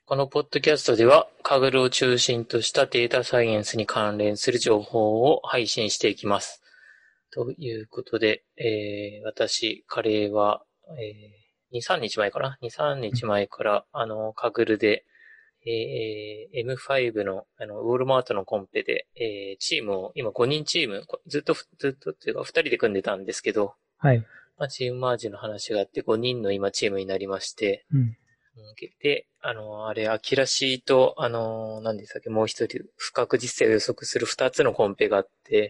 このポッドキャストでは、カグルを中心としたデータサイエンスに関連する情報を配信していきます。ということで、私、カレーは、2、3日前かな ?2、3日前から、カグルで、M5 の、ウォールマートのコンペで、チームを、今5人チーム、ずっとっていうか2人で組んでたんですけど、 はい。 まあ、チームマージの話があって5人の今チームになりまして、 うん。 で、あれ、アキラシーと、何でしたっけ、もう一人、不確実性を予測する2つのコンペがあって、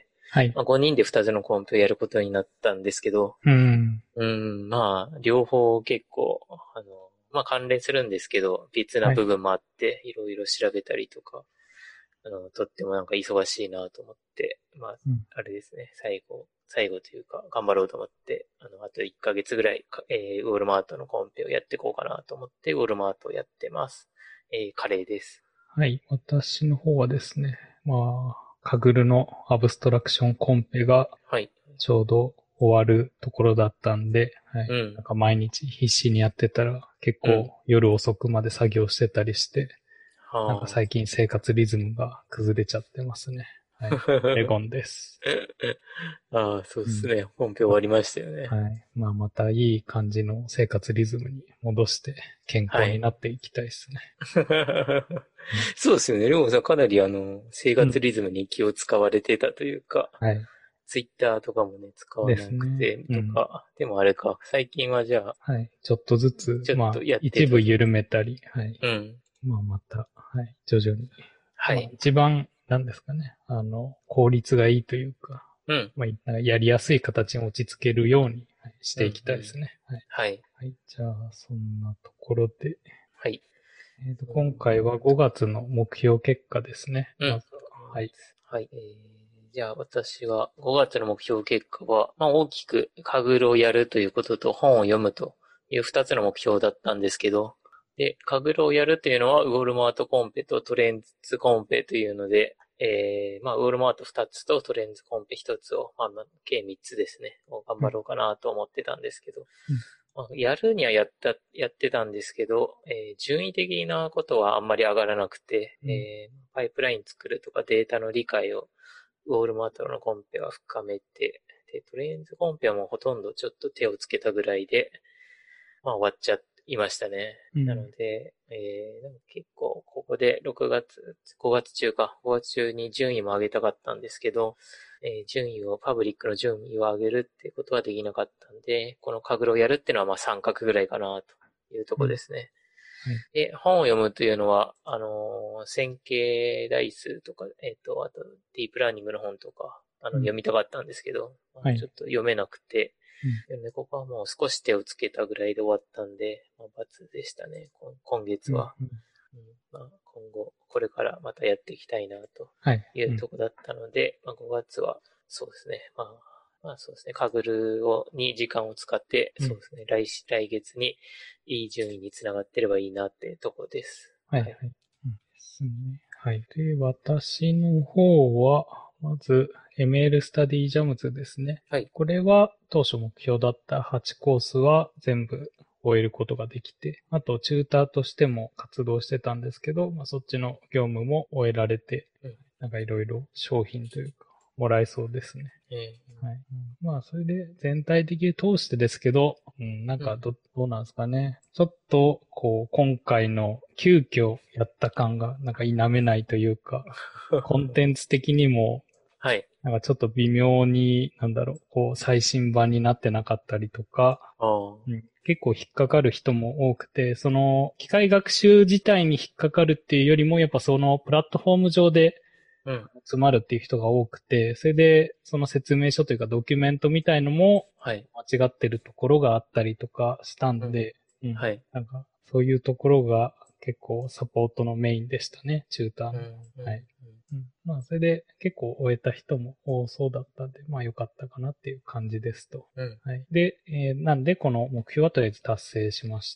はい。 まあ、5人で2つのコンペをやることになったんですけど、 うん。 まあ、両方結構、まあ関連するんですけど、別なはい。 部分もあって、いろいろ調べたりとか、とってもなんか忙しいなと思って、まあ、 うん。 あれですね、最後というか、頑張ろうと思って、あと1ヶ月ぐらい、ウォールマートのコンペをやっていこうかなと思って、ウォールマートをやってます。カレーです。 はい。私の方はですね、まあ、カグルのアブストラクションコンペがはい。 ちょうど終わるところだったんで、はい。 うん。 なんか毎日必死にやってたら結うん。 構夜遅くまで作業してたりして、なんかは最近生活リズムが崩れちゃってますね。はい。オレゴンです。 ああ、そうでうん。 すね。本編終わりましたよね。 はい。まあまたいい感じの生活リズムに戻して健康にはい。 なっていきたいですね。うん。 そうですよね。りょうさんかなり生うん。 活リズムに気を使われてたというか、 はい。 ツイッターとかもね、使わでなすね。 くてうん。 とか、でもあれか、最近はじゃあ、 はい。ちょっとずつ、 ちょっとまあ、 やってたと。 一部緩めたり、はい。 うん。 まあ、また、はい。徐々に。まあ、 はい。 一番、なんですかね。効率がいいというか、 うん。 まあ、なんかやりやすい形に落ち着けるように、はい、しうん。 ていきたいうん。 ですね。はい。 はい。 はい。じゃあ、そんなところで、 はい。 今回は5月の目標結果ですね。 うん。 まずは。はい。 はい。じゃあ私は5月の目標結果は、まあ大きくカグルをやるということと本を読むという2つの目標だったんですけど、で、カグルをやるというのはウォールマートコンペとトレンズコンペというので、まあウォールマート2つとトレンズコンペ1つを、まあ計3つですね、を頑うん。 張ろうかなと思ってたんですけど、 うん。 まあやるにはやってたんですけど、順位的なことはあんまり上がらなくて、 うん。 パイプライン作るとかデータの理解をウォールマートのコンペは深めて、で、トレインズコンペはもうほとんどちょっと手をつけたぐらいで、まあ終わっちゃいましたね。なのうん。 で、なんか結構ここで6月、5月中か、5月中に順位も上げたかったんですけど、パブリックの順位を上げるっていうことはできなかったんで、このカグルをやるっていうのはまあ三角ぐらいかなというところうん。 ですね。 はい。 で、本を読むというのは、線形代数とか、あと、ディープラーニングの本とか、 うん。 読みたかったんですけど、まあはい。 ちょっと読めなくて、 うん。 でここはもう少し手をつけたぐらいで終わったんで、まあ、×でしたね、今うん。 月は。 うん。 うん、まあ、今後、これからまたやっていきたいなとはい。 いううん。 とこだったので、まあ、5月は、そうですね、まあそうですね、カグルに時間を使って、 うん。 そうですね、来月にいい順位につながってればいいなってとこです。 はい。ははい。 い。うん。ですね。はい。で、私の方は、まず、ML スタディジャムズですね。 はい。 これは当初目標だった8コースは全部終えることができて、あとチューターとしても活動してたんですけど、まあ、そっちの業務も終えられて、 うん。 なんかいろいろ商品というか、もらえそうですね。 えはい。まあ、それで全体的に通してですけど、なんうん。 かどうなんですかね。ちょっと、今回の急遽やった感が、なんか否めないというか、コンテンツ的にも、 はい。 なんかちょっと微妙に、なんだろう、最新版になってなかったりとか、 ああ。 結構引っかかる人も多くて、その、機械学習自体に引っかかるっていうよりも、やっぱそのプラットフォーム上で、 うん。 詰まるっていう人が多くて、それで、その説明書というかドキュメントみたいのもはい。 間違ってるところがあったりとかしたうん。 んで、 はい。 なんか、そういうところが結構サポートのメインでしたね、チューターの。 うん。うん。 はい。まあ、それで結構終えた人も多そうだったんで、まあ良かったかなっていう感じですと。 うん。 はい。で、なんでこの目標はとりあえず達成しました。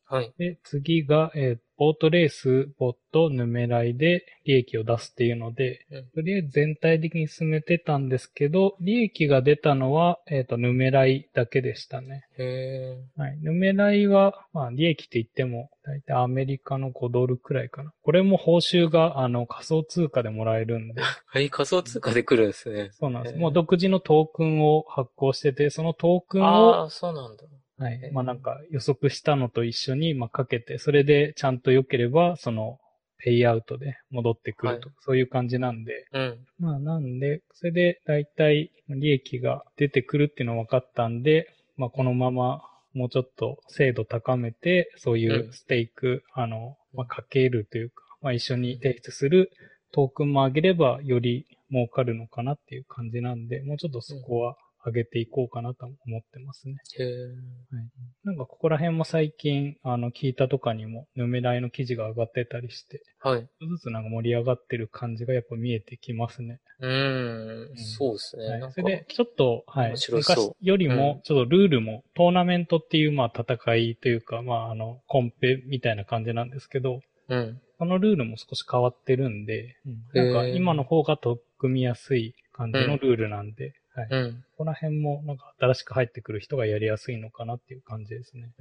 はい。 で、次が、ボートレース、ボット、ヌメライで利益を出すっていうので、 うん。 とりあえず全体的に進めてたんですけど、利益が出たのは、ヌメライだけでしたね。 へえ。 はい。ヌメライは、まあ、利益って言っても、だいたいアメリカの5ドルくらいかな。これも報酬が、仮想通貨でもらえるんで。 はい、仮想通貨で来るんですね。 そうなんです。もうへえ。 独自のトークンを発行してて、そのトークンを、 ああ、そうなんだ。 はい。 へえ。 まあなんか予測したのと一緒に、まあかけて、それでちゃんと良ければ、その、ペイアウトで戻ってくはい。 るとか、そういう感じなんで、 うん。 まあなんで、それで大体利益が出てくるっていうのは分かったんで、まあこのうん。 ままもうちょっと精度高めて、そういうん。 うステーク、まあうん。 かけるというか、まあ一緒にうん。 提出するトークンも上げればより儲かるのかなっていう感じなんで、もうちょっとうん。 そこは上げていこうかなと思ってますね。 へえ。 はい。なんかここら辺も最近、聞いたとかにも、ヌメライの記事が上がってたりして、 はい。 ちょっとずつなんか盛り上がってる感じがやっぱ見えてきますね。 うーん。 うん。 そうですね。 はい。 なんか、 それで、ちょっと、は面い。 白そ昔よりう。うん。 も、ちょっとルールも、トーナメントっていう、まあ、戦いというか、まあ、コンペみたいな感じなんですけど、 うん。 このルールも少し変わってるんで、 へなんか今のえ。 方が取っ組みやすい感うん。 じのルールなんで、はい。 うん。 ここら辺もなんか新しく入ってくる人がやりやすいのかなっていう感じですね。 うん。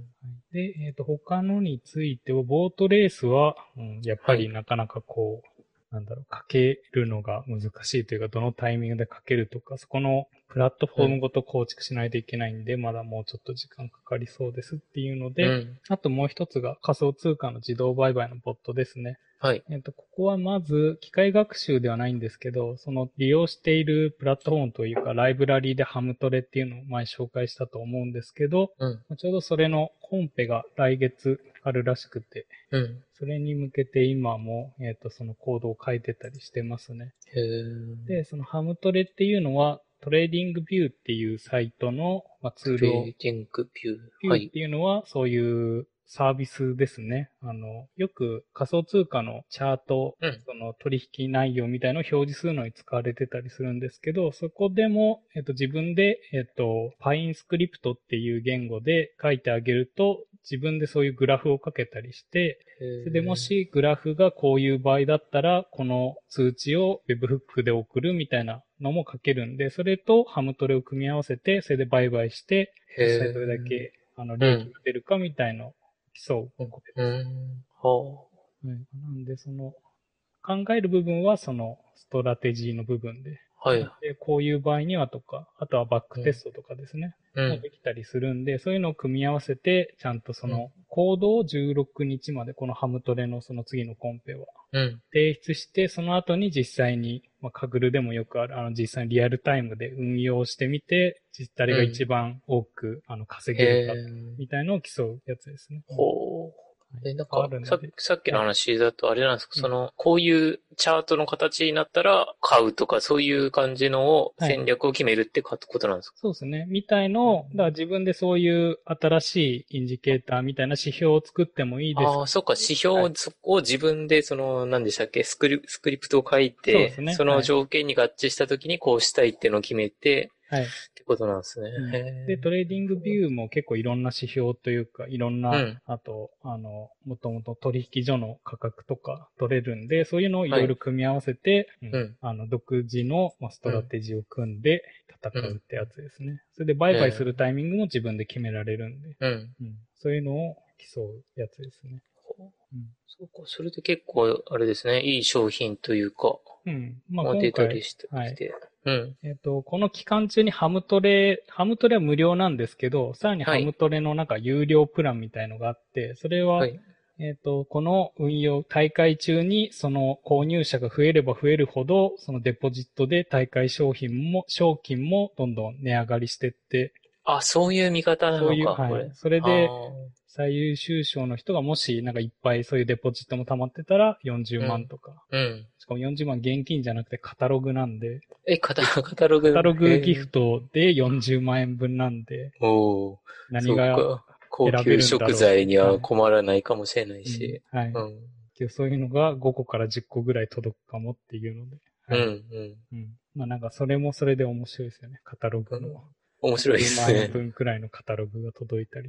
で、他のについては、ボートレースは、やっぱはい。 りなかなかこう、かけるのが難しいというか、どのタイミングでかけるとか、そこのプラットフォームうん。 ごと構築しないといけないんで、まだもうちょっと時間かかりそうですっていうので、 うん。 あともう一つが仮想通貨の自動売買のボットですね。 はい。 ここはまず、機械学習ではないんですけど、その利用しているプラットフォームというか、ライブラリーでハムトレっていうのを前紹介したと思うんですけど、 うん。 ちょうどそれのコンペが来月あるらしくて、 うん。 それに向けて今も、そのコードを書いてたりしてますね。 へえ。 で、そのハムトレっていうのは、トレーディングビューっていうサイトの、まあ、ツートレルをーディングビュー。 ビューっはい。 ていうのは、そういうサービスですね。よく仮想通貨のチャート、 うん。 その取引内容みたいのを表示するのに使われてたりするんですけど、そこでも、自分で、PineScript っていう言語で書いてあげると、自分でそういうグラフをかけたりして、 へそれでもえ。 しグラフがこういう場合だったら、この通知を Webhook で送るみたいなのも書けるんで、それとハムトレを組み合わせて、それで売買して、 へ実際どれだえ。 け利益うん。 が出るかみたいのを競ううん。 これうですね。 ん。ははい。なんで、考える部分はそのストラテジーの部分で。 あ。はい。 で、こういう場合にはとか、あとはバックうん。 テストとかですね。 うん。 もできたりするんで、そういうのを組み合わせて、ちゃんとそうん。 のコードを16日まで、このハムトレのその次のコンペはうん。 提出して、その後に実際に、まあ、カグルでもよくある、実際にリアルタイムで運用してみて、誰が一うん。 番多く、稼へげるか、 え。 みたいのを競うやつですね。 ほう。 はい。 なんあか、さ、 るので。 さっきのはい。 話だとあれなんですか、 うん。 こういうチャートの形になったら買うとか、そういう感じのをはい。 戦略を決めるってことなんですか？ そうですね。みたいのを、だから自分でそういう新しいインジケーターみたいな指標を作ってもいいですああ、 けど。 そっか、指標はい。 を自分で、何でしたっけ、スクリプトを書いて、 そうですね。 そのはい。 条件に合致したときにこうしたいっていうのを決めて、 はい。 ってことなんですね。 うん。で、 へトレーディングえ。 ビューも結構いろんな指標というか、いろんな、 うん。 あと、もともと取引所の価格とか取れるんで、そういうのをいろいろはい。 組み合わせて、 うん。 独自のストうん。 ラテジーを組んでうん。 戦うってやつですね。それで売買するへえ。 タイミングも自分で決められるんで、 うん。 そういうのを競うやつですね。うん。 そうか、それで結構、あれですね、いい商品というか、 まあ、 まあ、 今回、 出たりしてはい。 きて。うん。 この期間中にハムトレは無料なんですけど、さらにはい。 ハムトレのなんか有料プランみたいのがあって、それは、 はい。 この大会中にその購入者が増えれば増えるほど、そのデポジットで大会賞金もどんどん値上がりしてって、 あ、そういう見方なそういう、 のか、 はい。 これ。 それで、 ああ。 最優秀賞の人がもしなんかいっぱいそういうデポジットも溜まってたら40 うん。 万とか。 うん。 しかも40万現金じゃなくてカタログなんで、 カタログ、 カタログギフへえ。 トで40万円分なんで、 おお、 何がそうか。高選べるんだ級食ろうって。 材にははい。 困らないかもしれないうん。 し。 はい。 うん。 けどそういうのが5個から10個ぐらい届くかもっていうので。 うん、 はい。 うん。 うん。まあなんかそれもそれで面白いですよね。カタログの。 うん。面白いで 10万円すね。 分くらいのカタログが届いたりとか。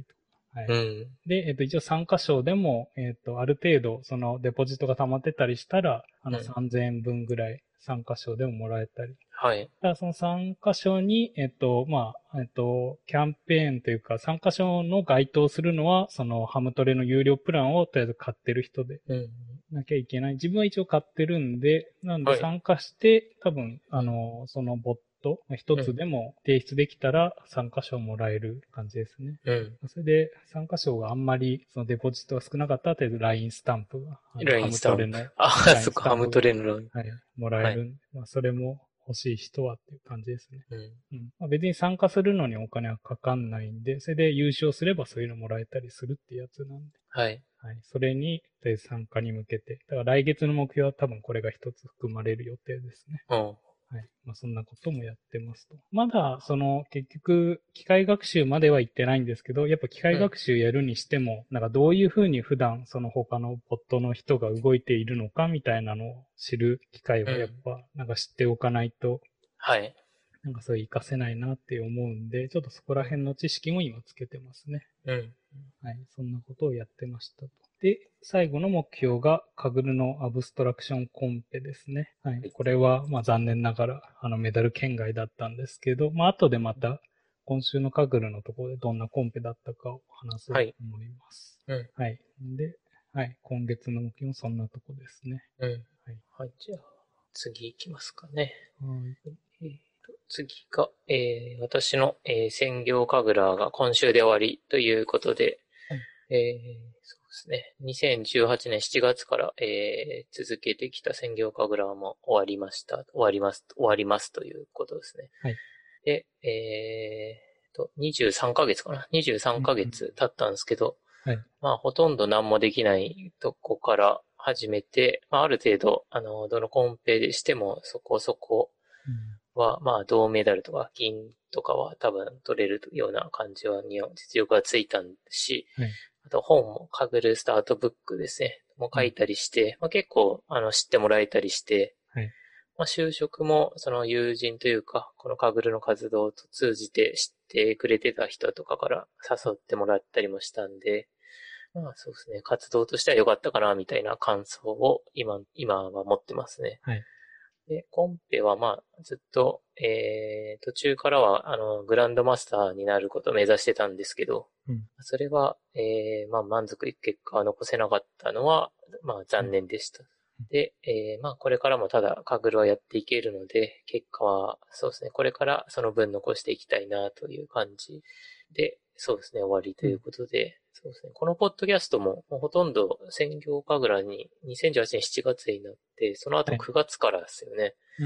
はい。 うん。 で、一応参加賞でも、ある程度、そのデポジットが溜まってたりしたら、 うん。 3000円分ぐらい参加賞でももらえたり。 はい。 ただその参加賞に、キャンペーンというか、参加賞の該当するのは、そのハムトレの有料プランをとりあえず買ってる人でうん。 なきゃいけない。自分は一応買ってるんで、なんではい。 参加して、多分、 うん。 そのボット一うん。 つでも提出できたら参加賞もらえる感じですね。 うん。 それで、参加賞があんまり、そのデポジットが少なかったら、とりあえず LINE スタンプが、 ライハムンスタンプ。 トレの、 ああ、 LINE そっか、ハムトスタンプが、 レのライン。 はい、もらえはい。 るんで、まあ、それも欲しい人はっていう感じですね。 うん。 うん。まあ、別に参加するのにお金はかかんないんで、それで優勝すればそういうのもらえたりするってやつなんで。 はい。 はい。それに、とりあえず参加に向けて。だから来月の目標は多分これが一つ含まれる予定ですね。 うん。 はい。まあ、そんなこともやってますと。まだ、結局、機械学習までは行ってないんですけど、やっぱ機械うん。 学習やるにしても、なんかどういうふうに普段、その他のボットの人が動いているのかみたいなのを知る機会はやっうん。 ぱ、なんか知っておかないと、 はい。 なんかそういう活かせないなって思うんで、ちょっとそこらうん。 辺の知識も今つけてますね。 うん。 はい。そんなことをやってましたと。で、最後の目標がカグルのアブストラクションコンペですね。はい。これは、まあ残念ながら、メダル圏外だったんですけど、まあ後でまた、今週のカグルのところでどんなコンペだったかを話そうとはい。 思います。 うん。 はい。で、はい。今月の目標もそんなとこですね。 うん。 はい。 はい。じゃあ、次行きますかね。 はい。 次が、私の、専業神楽が今週で終わりということで、そうですね。2018年7月から、続けてきた専業神楽も終わりました。終わりますということですね。 はい。 で、23ヶ月かな ?23 ヶうんうん。 月経ったんですけど、 はい。 まあ、ほとんど何もできないとこから始めて、まあ、ある程度、どのコンペでしてもそこそこうん。 は、まあ、銅メダルとか銀とかは多分取れるような感じには実力がついたんし、 はい。 あと本もかぐるスタートブックですね。もううん。 書いたりして、まあ、結構、知ってもらえたりして、 はい。 まあ、就職も、その友人というか、このかぐるの活動を通じて知ってくれてた人とかから誘ってもらったりもしたんで、まあそうですね、活動としては良かったかな、みたいな感想を今は持ってますね。 はい。 で、コンペはまあずっと、途中からは、グランドマスターになることを目指してたんですけど、 うん。 それは、まあ満足いく結果は残せなかったのは、まあ残念でした。で、まあこれからもただカグルはやっていけるので、結果はそうですね、これからその分残していきたいなという感じで、そうですね、終わりといううん。 ことで、そうですね、このポッドキャストもほとんど専業カグラに2018年7月になって、その後はい。 9月からですよね。 うん。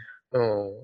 うん。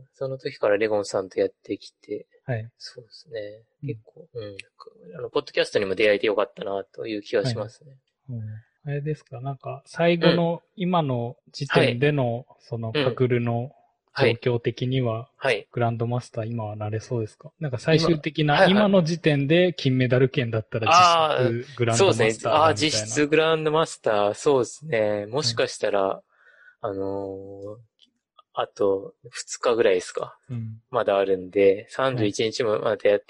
その時からレゴンさんとやってきて、 はい。 そうですね。 うん。 結構、うん。ポッドキャストにも出会えてよかったなという気がはい。 しますね。 うん。あれですか、なんか、最うん。 後の、今の時はい。 点での、その、カうん。 グルのはい。 状況的には、 はい。 グランドマスター今はなれそうですか？なんか最今、 終的な、 はいはい。 今の時点で金メダル圏だったら実ああ、 質グランドそうですね。 マスターだああ、 みたいな。 実質グランドマスター、そうですね。もはい。 しかしたら、あのーあと2日ぐらいですか。 うん。 まだあるんで、31 はい。 日もまでやって、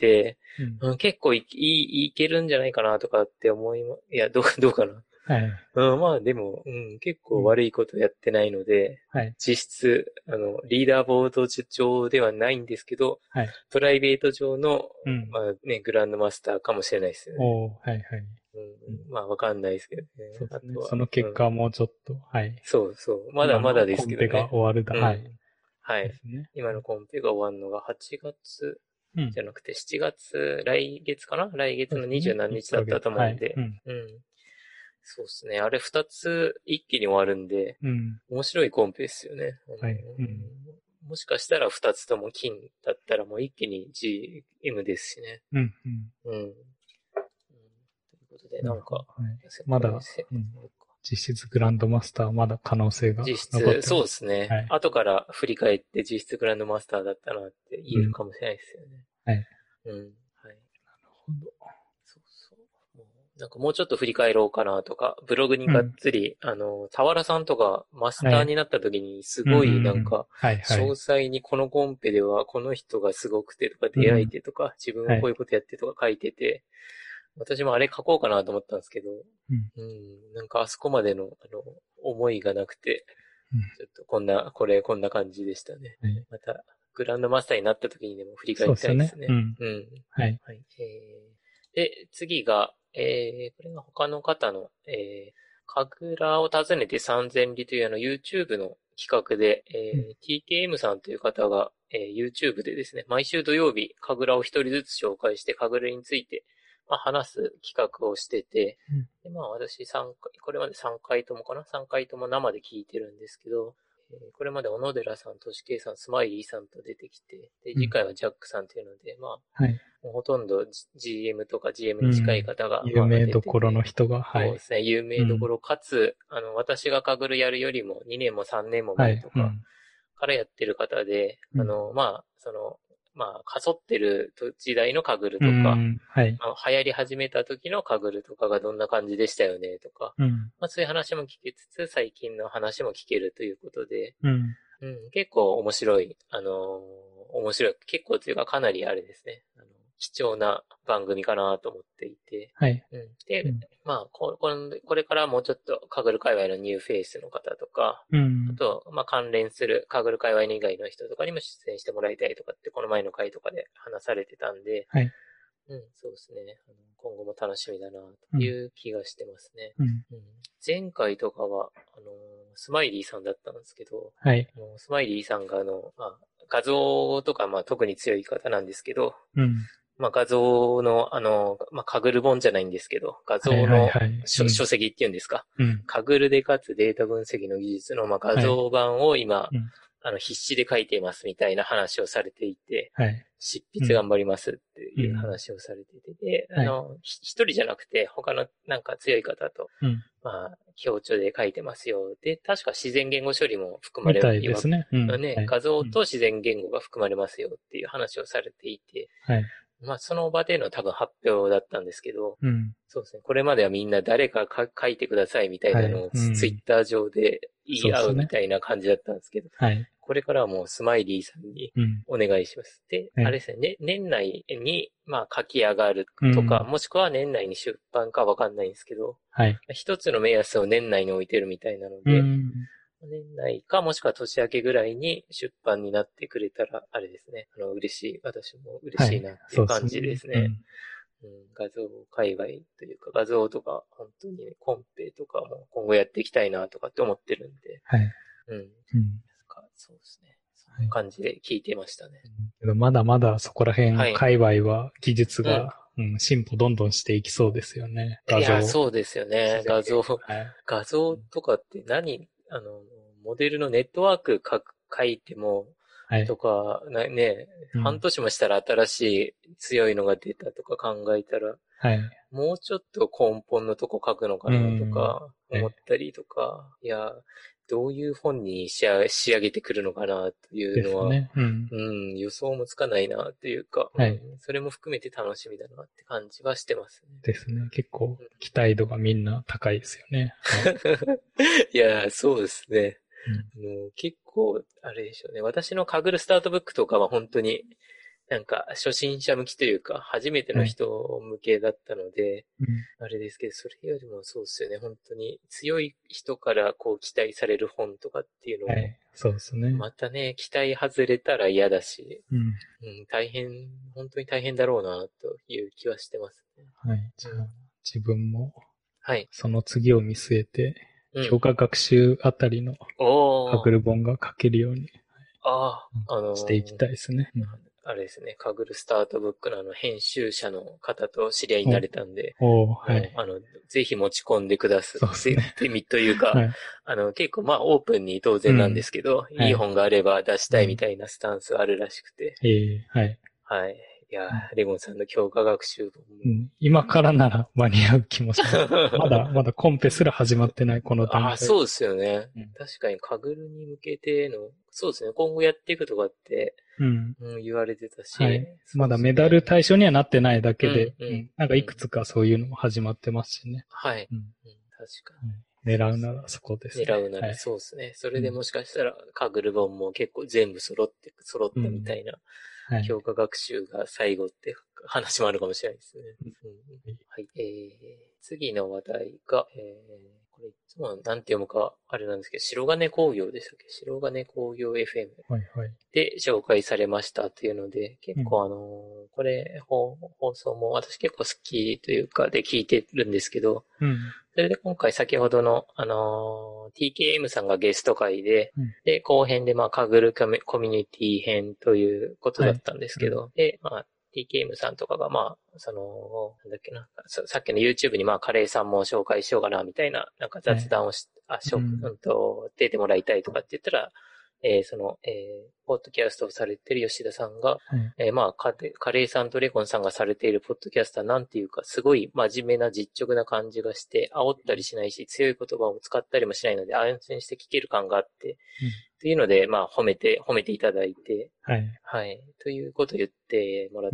うん。 うん、結構いけるんじゃないかなとかっていや、どうかな。 はい。 うん、まあでも、うん、結構うん。 悪いことやってないので、 はい。 実質、リーダーボード上ではないんですけど、 はい。 プライベート上の、 うん。 まあね、グランドマスターかもしれないですよね。 おー、はいはい。 ううん。 ん、まあわかんないですけどね。 そうですね。そあとは、 の結果はもうちょっと、はい。 そうそう。まだ今のまだですコンペがけどね。 終わるだ。はい。 うん。はい。 ですね。 今のコンペが終わるのが8月うん。 じゃなくて7月、来月かな来月の二十そうですね。1 何日だったヶ月。はい。 と思うんで。 うん。 うん。そうですね。あれ2つ一気に終わるんで、 うん。 面白いコンペですよね。 はい。うん。 もしかしたら2つとも金だったらもう一気に GM ですしね。 うん。うん。 うん。うん、ということで、なんか、 なるほど。はい。まだ、 これ、 うん。実質グランドマスターまだ可能性が実質、そうで残ってます。 すね。 はい。 後から振り返って実質グランドマスターだったなって言えるうん。 かもしれないですよね。 はい。なるうん。はい。 ほど。 そうそう。なんかもうちょっと振り返ろうかなとか、ブログにがっうん。 つり、田原さんとかマスはい。 ターになった時にすうん。うん。 ごいうん。はいは詳い。 細にこのコンペではこの人がすごくてとか出会えうん。 てとか、自分ははい。 こういうことやってとか書いてて、 私もあれ書こうかなと思ったんですけど、 うん。 なんかあそこまでの、思いがなくて、ちょっとこんな感じでしたね。 はい。 また、グランドマスターになった時にでも振り返りそうですよね。 たいですね。 うん。 うん。 はい。 はい。で、次が、これが他の方の、神楽を訪ねて3000里というYouTube の企画で、 うん。 TKM さんという方が、YouTube でですね、毎週土曜日、神楽を一人ずつ紹介して、神楽について、まあ、話す企画をしてて、 うん。 で、まあ私3回、これまで3回ともかな？ 3 回とも生で聞いてるんですけど、これまで小野寺さん、としけいさん、スマイリーさんと出てきて、で、 うん。 次回はジャックさんっていうので、まあ、 はい。 もうほとんど GM とか GM に近いうん。 方が、 有まあ名どころ出てて、 の人が、はい。 そうですね、有うん。 名どころ、かつ、私がカグルやるよりも2年も3年もはい。 前とかうん。 からやってる方で、 うん。 まあ、まあ、かそってる時代のカグルうとか、 ん。はい。 まあ、流行り始めた時のカグルとかがどんな感じでしたよねとか、 うん。 まあそういう話も聞きつつ、最近の話も聞けるということで、 うん。 結構面白い、面白い、結構というかかなりあれですね、貴重な番組かなと思っていて、 はい。うで、 ん。 まあ、これからもうちょっとカグル界隈のニューフェイスの方とか、 うん。 あと、まあ、関連するカグル界隈以外の人とかにも出演してもらいたいとかって、この前の回とかで話されてたんで、 はい。 そうですね。今後も楽しみだな、 うん。 という気がしてますね。 うん。 うん、前回とかは、スマイリーさんだったんですけど、 はい。 スマイリーさんがまあ、画像とか、まあ、特に強い方なんですけど、 うん。 まあ、画像の、まあ、カグル本じゃないんですけど、画はいはい像のはい。うん。 書籍っていうんですか。 うん。 カグルでかつデータ分析の技術の、まあ、画はい。 像版を今、 うん。 必死で書いていますみたいな話をされていて、 はい。 執うん。 筆頑張りますっていううん。 話をされていて、で、 はい。 一人じゃなくて、他のなんか強い方と、 うん。 まあ、協調で書いてますよ。で、確か自然言語処理も含まみたれ、今、 いですね。うん。はね、 い。 画像うん。 と自然言語が含まれますよっていう話をされていて、 はい。 まあ、その場での多分発表だったんですけど、 うん。 そうですね。これまではみんな誰か書いてくださいみたいはい。 なのをうん。 ツイッター上で言い合うみそうですね。 たいな感じだったんですけど、 はい。 これからはもうスマイリーさんにうん。 お願いします。で、 はい。 あれですね、年内に、まあ、書き上がるとか、 うん。 もしくは年内に出版かわかんないんですけど、 はい。 一つの目安を年内に置いてるみたいなのうで、 ん。 年内かもしくは年明けぐらいに出版になってくれたら、あれですね、嬉しい、私も嬉しいはい。 なっていう感そうですね。 じですね。 うん。 画像界隈というか、画像とか、本当にね、コンペとかも今後やっていきたいなとかって思ってるんで、 はい。 うん。 うん。 そうですね。そんはい。 な感じで聞いてましたね。 けどまだまだそこら辺、 はい。 界隈は技術うん。 が、うん、進歩どんどんしていきそうですよね。 いや、 画像、 そうですよね。 自然言語。はい。 画像とかってモデルのネットワーク書いても、 はい。 とか、ね、 うん。 半年もしたら新しい強いのが出たとか考えたら、 はい。 もうちょっと根本のとこ書くのかうなとん。 かはい。 思ったりとか、いや、どういう本に仕上げてくるのかなというのは、 ですね。うん。 予想もつかないなっていうか、 はい。 それも含めて楽しみだなって感じはしてますね。 ですね。結構うん期待度がみんな高いですよね。はい。 いや、そうですね。 うん。 結構、あれでしょうね。私のカグルスタートブックとかは本当になんか初心者向きというか、初めてのはい。 人向けだったので、 うん。 あれですけど、それよりもそうですよね。本当に強い人からこう期待される本とかっていうのも、 はい。そうですね。 またね、期待外れたら嫌だし、 うん。 本当に大変だろうな、という気はしてますね。 はい。じゃあ、 うん。 自分もはい。 その次を見据えて、 うん。 教科学習あたりのカグおー。 ル本が書けるようにああ、 していきたいですね。うん。 あれですね、カグルスタートブックの編集者の方と知り合いになお、 れたんで、 はい。 ぜひ持ち込んでくださそうですね。 ってみというか、 はい。 結構まあオープンに当然なんでうん。 すけど、 はい。 いい本があれば出したいみうん。 たいなスタンスがあるらしくて、 はい。 はい。いやうんレゴンさんの教科学習本も、 うん、今からなら間に合う気もします。まだコンペすら始まってないこの段あ、 階。 そうですよね。 うん。 確かにカグルに向けての、そうですね、今後やっていくとかって、 うん。 言われてたし、 はい。 そうでまだメダルすよね。 対象にはなってないだうん、 けで、 うん、 うん。なんかうん。 いくつかそういうのも始まってますしね。 はい。 うん。 確かに。 はい、 そうですね。 狙うならそこですね。 狙うならはい。 そうですね。それうん。 でもしかしたら、カグル本も結構全部揃ったうん。 みたいなはい。 強化学習が最後って話もあるかもしれないですね。はい。次の話題が、これいつもなんて読むかあれなんですけど、白金工業でしたっけ？白金工業 FM はいはい。 で紹介されましたっていうので、結構これ放送も私結構好きというかで聞いてるんですけど、 うん。 それで今回先ほどのTKM さんがゲスト会で、 うん。 で、後編でカグルコミュニティ編ということだったんですけど、で、TKM さんとかがなんだっけな、さっきの YouTube にカレーさんも紹介しようかなみたいな、なんか雑談を出てもらいたいとかって言ったら、ポッドキャストをされている吉田さんが、カレーさんとレコンさんがされているポッドキャストはなんていうか、すごい真面目な実直な感じがして、煽ったりしないし、強い言葉を使ったりもしないので、安心して聞ける感があって、っていうので、褒めていただいて、 はい。 はい。ということを言ってもらって、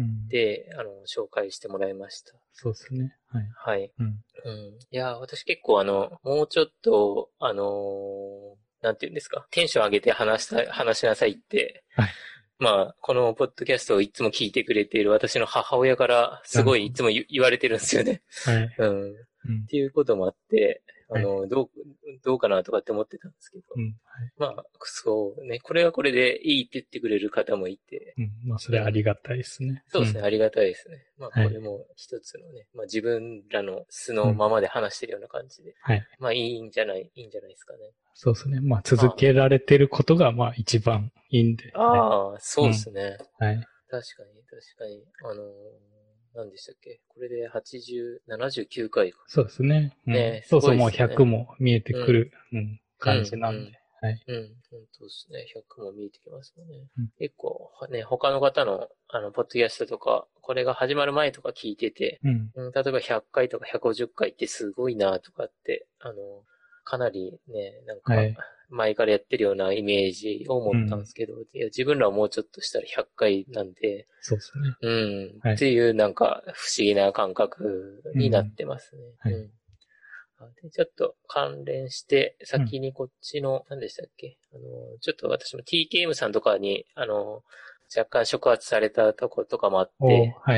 紹介してもらいました。 そうですね。はい。 はい。 うん。 いや、私結構もうちょっと、なんていうんですか、テンション上げて話しなさいって、 はい。 このポッドキャストをいつも聞いてくれている私の母親からすごいいつも言われてるんですよね。 はい。 っていうこともあって、どうかなとかって思ってたんですけど。そうね。これはこれでいいって言ってくれる方もいて。 それありがたいですね。 そうですね。ありがたいですね。これも一つのね、自分らの素のままで話してるような感じで。いいんじゃないですかね。 そうですね。続けられてることが、一番いいんで。 そうですね。 はい。 確かに。何でしたっけ？これで79回か。 そうですね。 ね、 そうそう、もう100も見えてくる、感じなんで。はい。 本当ですね。100も見えてきますよね。結構、ね、他の方の、ポッドキャストとか、これが始まる前とか聞いてて、例えば100回とか150回ってすごいなとかって、かなりね、なんか、前からやってるようなイメージを持ったんですけど、いや、自分らはもうちょっとしたら100回なんで、 そうですね。っていうなんか不思議な感覚になってますね。で、ちょっと関連して、先にこっちの、何でしたっけ？ちょっと私も TKM さんとかに、若干触発されたとことかもあって、はい。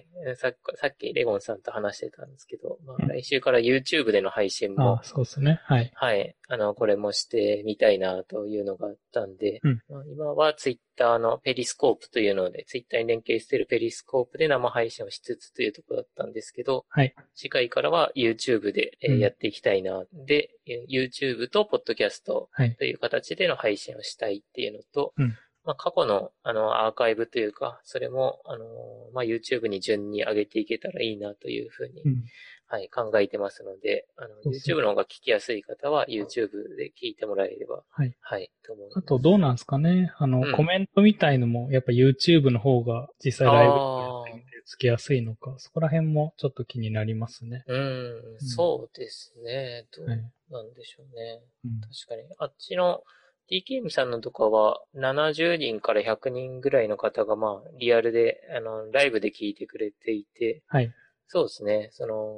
さっきレゴンさんと話してたんですけど、来週から YouTube での配信も、 そうですね。はい。 はい。これもしてみたいなというのがあったんで、今は Twitter のペリスコープというので、Twitter に連携しているペリスコープで生配信をしつつというところだったんですけど、次回からは YouTube でやっていきたいな。で、YouTube と Podcast という形での配信をしたいっていうのと、過去の、アーカイブというか、それも、YouTube に順に上げていけたらいいなというふうに、考えてますので、YouTube の方が聞きやすい方は YouTube で聞いてもらえれば、と思います。 あと、どうなんですかね。コメントみたいのも、やっぱ YouTube の方が実際ライブでやってみてつけやすいのか、そこら辺もちょっと気になりますね。 そうですね。どうなんでしょうね。確かに。あっちの、TKM さんのとかは、70人から100人ぐらいの方が、リアルで、ライブで聞いてくれていて、そうですね。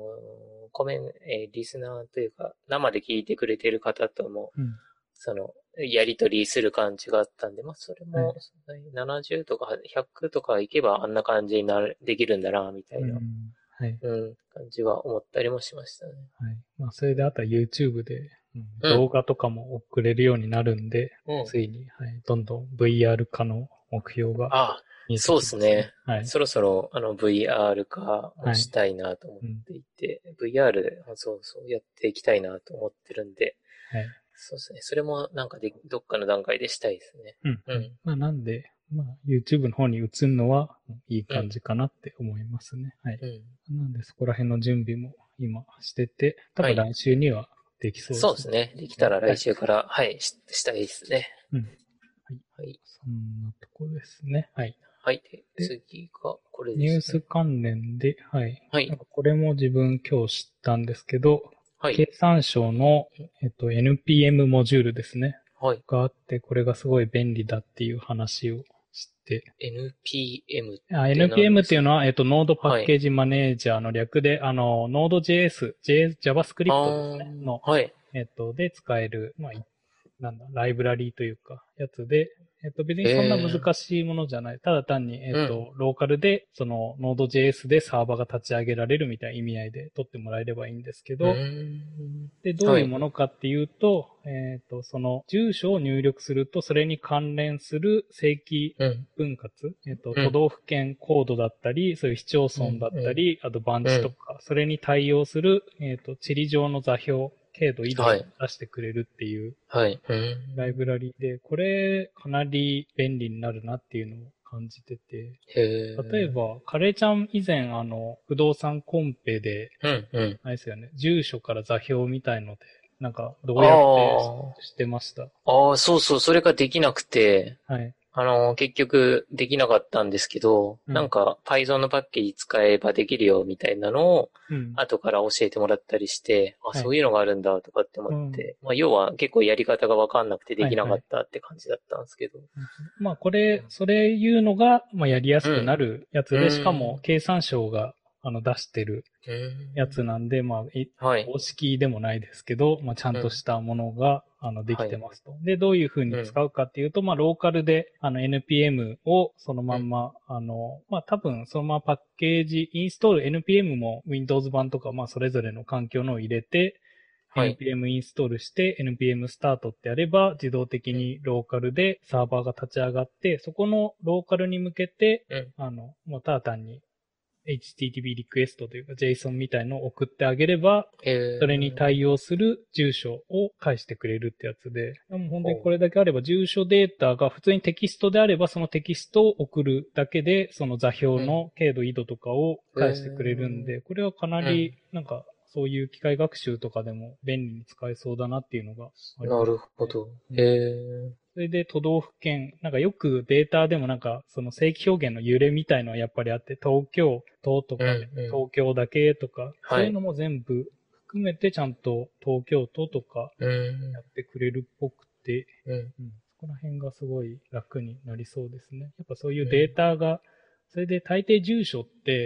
リスナーというか、生で聞いてくれている方とも、やりとりする感じがあったんで、それも、70とか100とかいけばあんな感じにできるんだな、みたいな、感じは思ったりもしましたね。 それであとは YouTube で、動画とかも送れるようになるんで、ついに、どんどん VR 化の目標がそうですね。そろそろVR 化をしたいなと思っていて、VR そうやっていきたいなと思ってるんで、そうですね。それもなんかどっかの段階でしたいですね。 なんで、YouTube の方に移るのはいい感じかなって思いますね。なんでそこら辺の準備も今してて、多分来週にはできそうですね。 そうですね。できたら来週から、したいですね。 そんなとこですね。 次がこれですね。 ニュース関連で、これも自分今日知ったんですけど、経産省の、NPM モジュールですね。があって、これがすごい便利だっていう話をして。 NPM って NPM っていうのは、ノードパッケージマネージャーの略で、Node.js、JavaScript ですね。の、で使える、 ライブラリーというか、やつで、別にそんな難しいものじゃない。ただ単に、 うん。 ローカルで、その、Node.js でサーバーが立ち上げられるみたいな意味合いで取ってもらえればいいんですけうど、 ん。 で、どういうはい。 ものかっていうと、その、住所を入力すると、それに関連する正規うん。 分割、都うん。 道府県コードだったり、そういう市町うん。 村だったうん。 り、あと番うん。 地とか、それに対応する、地理上の座標、経度、緯度をはい。 出してくれるっていうはい。うライブん。 ラリで、これかなり便利になるなっていうのを感じてて、 へえ。 例えば、カレーちゃん以前不動産コンペで、 うん。うん。 あれですよね、住所から座標みたいので、なんかどうやってあしてました？ あ。ああ、そうそう、それができなくて、 はい。 結局できなかったんですけど、 うん。 なんか Python のパッケージ使えばできるよみたいなのをうん。 後から教えてもらったりして、あ、 はい。 そういうのがあるんだとかって思っうん。 て、まあ要は結構やり方がわかんなくてではいはい。 きなかったって感じだったんですけど。 まあこれ、それいうのが、まあやりやすくなうん。 るやつうで、しかもん。 経産省が出してるうやつん。 なんで、まあ、 はい。 公式でもないですけど、まあ、ちゃんうん。 としたものが、できはい。 てますと。で、どういうふうにうん。 使うかっていうと、まあ、ローカルで、NPM をそのうん。 まんま、まあ、多分、そのままパッケージ、インストール、NPM も Windows 版とか、まあ、それぞれの環境のを入れて、 はい。 NPM インストールして NPM スタートってやれば自動的うん。 にローカルでサーバーが立ち上がって、そこのローカルに向けて、 うん。 もうただ単に HTTP リクエストというか JSON みたいのを送ってあげれば、 へそれに対え。 応する住所を返してくれるってやつで、もう本当にこほれだけあれば住所データが普通にテキストであればそのテキストを送るだけで、その座標う。うん。 の経度、緯度とかをへ返してくれるんえ。 で、これはかなりうん。 なんかそういう機械学習とかでも便利に使えそうだなっていうのがありなるますね。 ほど。へうん。 え。 それで都道府県、なんかよくデータでもなんかその正規表現の揺れみたいのはやっぱりあって、東京都とかで、 うん。うん。 東京だけとか、そはい。 ういうのも全部含めてちゃんと東京都とかうん。 やってくれるっぽくて、 うん。 うん、そこら辺がすごい楽になりそうですね。やっぱそういうデうん。 ータが、それで大抵住所って、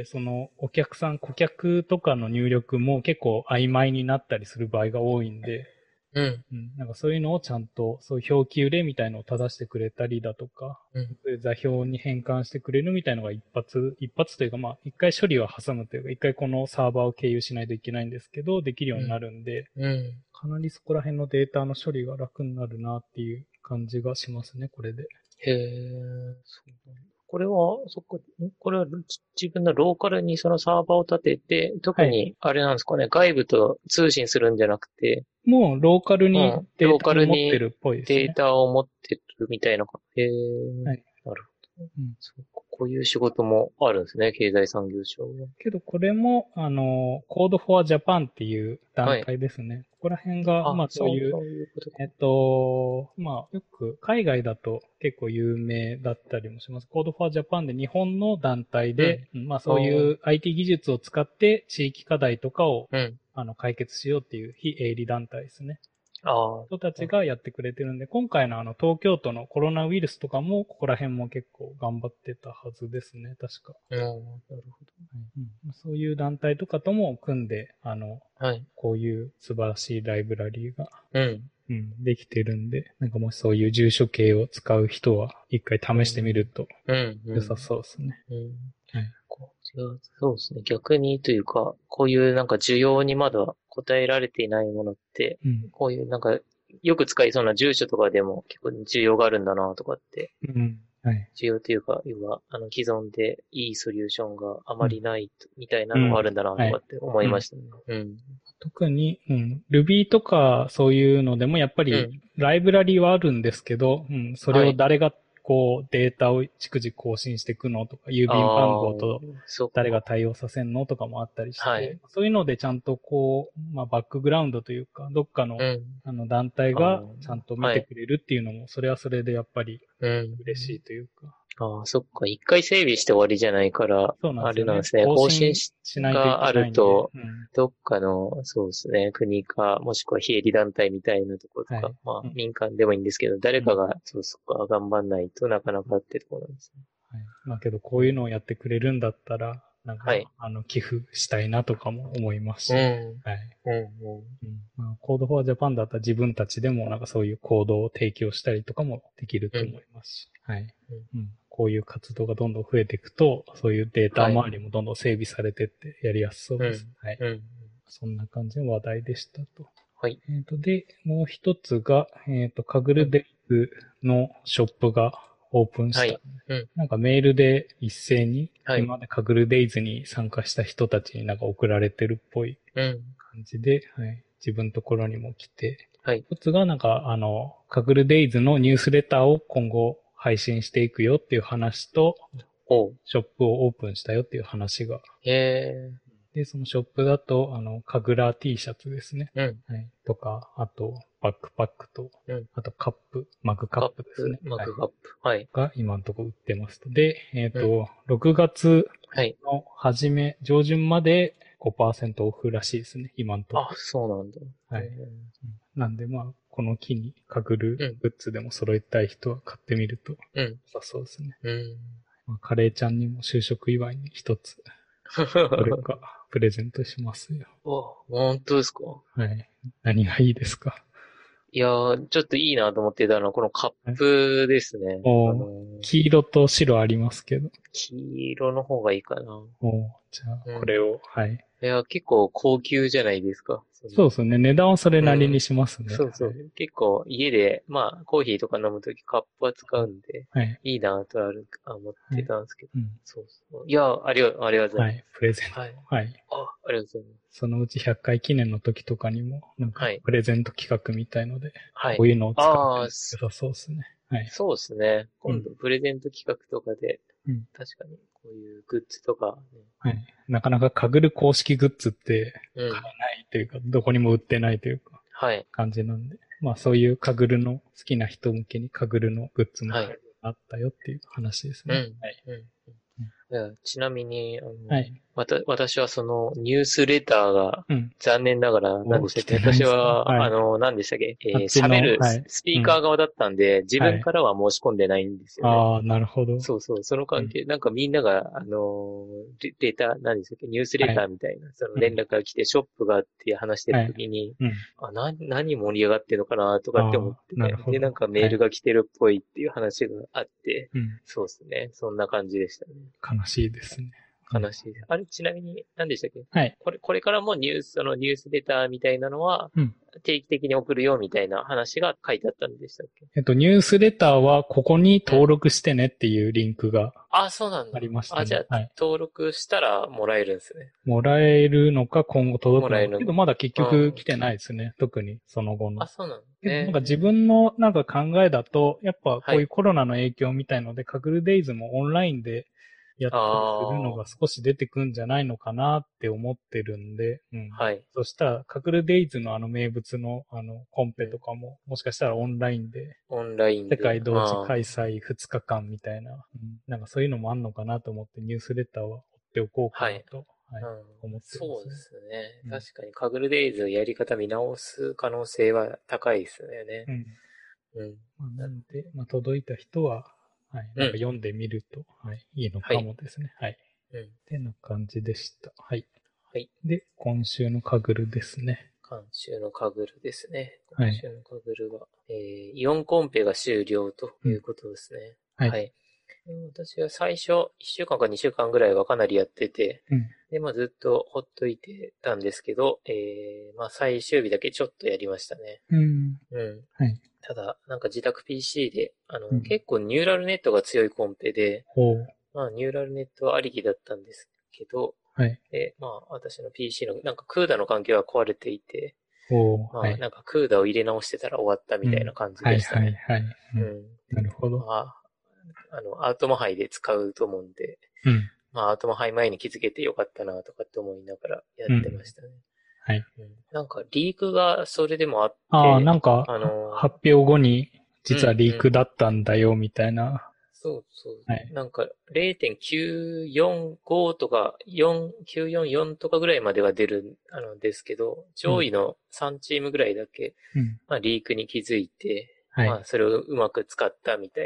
そのお客さん、顧客とかの入力も結構曖昧になったりする場合が多いんで、 うん。 うん、なんかそういうのをちゃんと、そういう表記揺れみたいのを正してくれたりだとか、 うん。 そういう座標に変換してくれるみたいのが一発というか、まあ、一回処理は挟むというか、一回このサーバーを経由しないといけないんですけど、できるようになるんで、 うん。 かなりそこら辺のデータの処理が楽になるなっていう感じがしますね、これで。 へえ、そうなんだ。これは、そっか、これは自分のローカルにそのサーバーを立てて、 はい。 特に、あれなんですかね、外部と通信するんじゃなくて、 もうローカルにうん、 デーローカタも持ってルにるっぽいですね。 データを持ってるみたいなか。へえ、 はい。 なるほど。 うん。 そうか、こういう仕事もあるんですね、経済産業省は。 けどこれも、Code for Japan っていう団はい。 体ですね。ここら辺が、まあ、 あそういう、 そういうことか。 まあよく海外だと結構有名だったりもします。Code for Japan で日本の団体で、 うん。 まあああ、 そういう IT 技術を使って地域課題とかをうん。 解決しようっていう非営利団体ですね。 ああ、 人たちなるがやってくれてるんで、今回の東京都のコロナウイルスとかも、ここら辺も結構頑張ってたはずですね、確か。 ほど。なるほそういう団体とかとも組んで、 ど。はい。 こういう素晴らしいライブラリーが、 うん。 できてるんで、なんかもしそういう住所系を使う人は、一回試してみるとうん。う良さん。 そうですね。 うん。 はい。 そうですね。逆にというか、こういうなんか需要にまだ答えられていないものって、 うん。 こういうなんか、よく使いそうな住所とかでも結構需要があるんだなとかって、 うん。はい。 需要というか、要は、既存でいいソリューションがあうん。 まりないとみたいなうん。 のがあるんだなはい。 とかって思うん。 いましたね。うん。 特に、Ruby とかそういうのでもやっぱりうん。 ライブラリはあるんですけど、それはい。 を誰がこうデータを逐次更新していくのとか、郵あ便番号あ、 とそっか。 誰が対応させんのとかもあったりして、 はい。 そういうのでちゃんとこう、まあバックグラウンドというか、どっかのうん。 団体ああ、 がちゃんと見はい。 てくれるっていうのも、それはそれでやっぱりうん。 嬉しいというか、 ああ、そっか。一回整備して終わりじゃないから、 そうなんであすよね。 れなんですね。 更新更新ししないといがあけないんで、 ると、どっかの、そうですね、国か、もしくは非営利団体みたいなところとか、 はい。 まあ民間でもいいんですけど、誰かが、そうそこは頑張んないとなかなかってところなんですね。 はい。まあけどこういうのをやってくれるんだったら、 なんか、 はい。 寄付したいなとかも思いますし、 うん。 はい。 うん。うん。 まあ、コードフォアジャパンだったら自分たちでもなんかそういうコードを提供したりとかもできると思いますし、はい。 うん。 こういう活動がどんどん増えていくと、そういうデータはい。 周りもどんどん整備されてってやりやすそうです。 うん。 はい。 うん。 そんな感じの話題でしたと。 はい。 で、もう一つが、カグうん。 ルデイズのショップがオープンした。 はい。うん。 なんかメールで一斉に、 はい。 今までカグルデイズに参加した人たちになんか送られてるっぽいうん。 感じで、はい、自分のところにも来て、 はい。 一つがなんか、カグルデイズのニュースレターを今後配信していくよっていう話と、 おう。 ショップをオープンしたよっていう話が。 へえ。 で、そのショップだと、カグラ T シャツですね。 うん。 はい。とか、あと、バックパックと、 うん。 あとカップ、マグカッカップ、 プですね。はい。 マグカップ。はい。 が今のところ売ってますと。で、 うん。 6月はい。 の初め、上旬まで5%オフらしいですね。今のとあ、 こそうなんだ。 ろ。はい。なんでまあ、この機にかぐるうん。 グッズでも揃えたい人は買ってみるとうん。 良さそうですね。 うん。 まあ、カレーちゃんにも就職祝いに一つ、どれかプレゼントしますよ。 お、本当ですか？ はい。何がいいですか？ いやー、ちょっといいなと思ってたのは、このカッはい。 プですね。 黄色と白ありますけど。 黄色の方がいいかな。 じゃあ、 うん。 これを、はい。 いや、結構高級じゃないですか。 そうですね。値段はそれなりにうん。 しますね。 そうそう。結構家で、まあ、コーヒーとか飲むときカップは使うんで、 はい。 いいなと思っはい。 てたんですけど。 うん。 そうそう。いや、ありがとうございます。 はい。プレゼンはい。 ト。はい。 あ、ありがとうございます。 そのうち100回記念の時とかにも、なんか、 はい。 プレゼント企画みたいので、 はい。 こういうのを使ってああ、 も良さそうですね。はい。 そうですね。 うん。 今度プレゼント企画とかで、 うん。 確かにこういうグッズとかね。 はい。なかなかかぐる公式グッズってうん。 買えないというか、どこにも売ってないというか、 はい。 感じなんで。まあそういうかぐるの好きな人向けにかぐるのグッズもはい。 あったよっていう話ですね。 うん。 はい。 うん。いや、ちなみに、 はい。 私はそのニュースレターがうん。 残念ながら、何でしたっけ？ 来てないん私ですか？ は、 はい。 何でしたっけ？ あっちの、 喋るはい。 スピーカうん。 ー側だったんで、自はい。 分からは申し込んでないんですよね。 ああ、なるほど。 そうそう、そのうん。 関係、なんかみんなが、レター、何でしたっけ？ニュースレはい。 ターみたいな、そのうん。 連絡が来て、ショップがあって話してるはい。 ときに、 うん。 何盛り上がってるのかなとかって思っああ、なるて、で、なんほど。 かメールはい。 が来てるっぽいっていう話があって、 うん。 そうですね。そんな感じでしたね。 悲しいですね。うん。 悲しいです。あれ、ちなみに何でしたっけ？ はい。 これからもそのニュースレターみたいなのは、 うん。 定期的に送るよみたいな話が書いてあったんでしたっけ？ ニュースレターはここにうん。 登録してねっていうリンクがあ、そうなんあだ。あ、じゃりましたね。 あ、 はい。 登録したらもらえるんですね。 もらえるのか今後届くのか。 もらえるの。 けどまだ結うん。 局来てないですね。特にその後あ、 の。 そうなの。 けどなんか自分のなんか考えだと、やっぱこういうはい。 コロナの影響みたいので、カグルデイズもオンラインでやっあたりするのあ、 が少し出てくんじゃないのかなって思ってるんで、うん。 はい。 そしたら、カグルデイズの名物のコンペとうん。 かも、もしかしたらオンラインでオンライン世で。 界同時開催2日間みたいな、なんかそういうのもあんのかなと思ってニュースレターは追っておこうかはい。 なと、はい、 うん。 思ってますね。 そうですね。 うん。 確かに、カグルデイズやり方見直す可能性は高いですよね。 うん。 うん。 まあ、ななるんで、まあ、届いた人は、はい、 ほど。うん。 なんか読んでみると、はい、いいのかはい。 もですね。はい。 うん。 ってな感じでした。はい。 はい。 で、今週のカグルですね。 今週のカグルですね。今はい。 週のカグルは、イオンコンペが終了とうん。 いうことですね。 はい。 はい。私は最初、1週間か2週間ぐらいはかなりやってて、 うん。 で、まあずっとほっといてたんですけど、まあ最終日だけちょっとやりましたね。 うん。 うん。 はい。 ただ、なんか自宅 PC で、 うん。 結構ニューラルネットが強いコンペで、 ほう。 まあニューラルネットありきだったんですけど、 はい。 で、まあ私の PC のなんか CUDA の環境が壊れていて、 ほう。はい。 まあなんか CUDA を入れ直してたら終わったみたいなうん。 感じはいはいでしたね。 はい。うん。 うん。 なるほど。 まあ、アウトマハイで使うと思うんで、 うん。 まあアウトマハイ前に気づけてよかったなとかって思いながらやっうん。 てましたね。 はい。 うん。なんかリークがそれでもあっああ、 て、 なんか、発表後に、実はうんうん。 リークだったんだよ、みたいな。 そうそう。 はい。 なんか0.945とか944とかぐらいまでは出るですけど、 うん。 上位の3チームぐらいだけ、 うん。 まあリークに気づいて、 はい。 まあそれをうまく使ったみたいな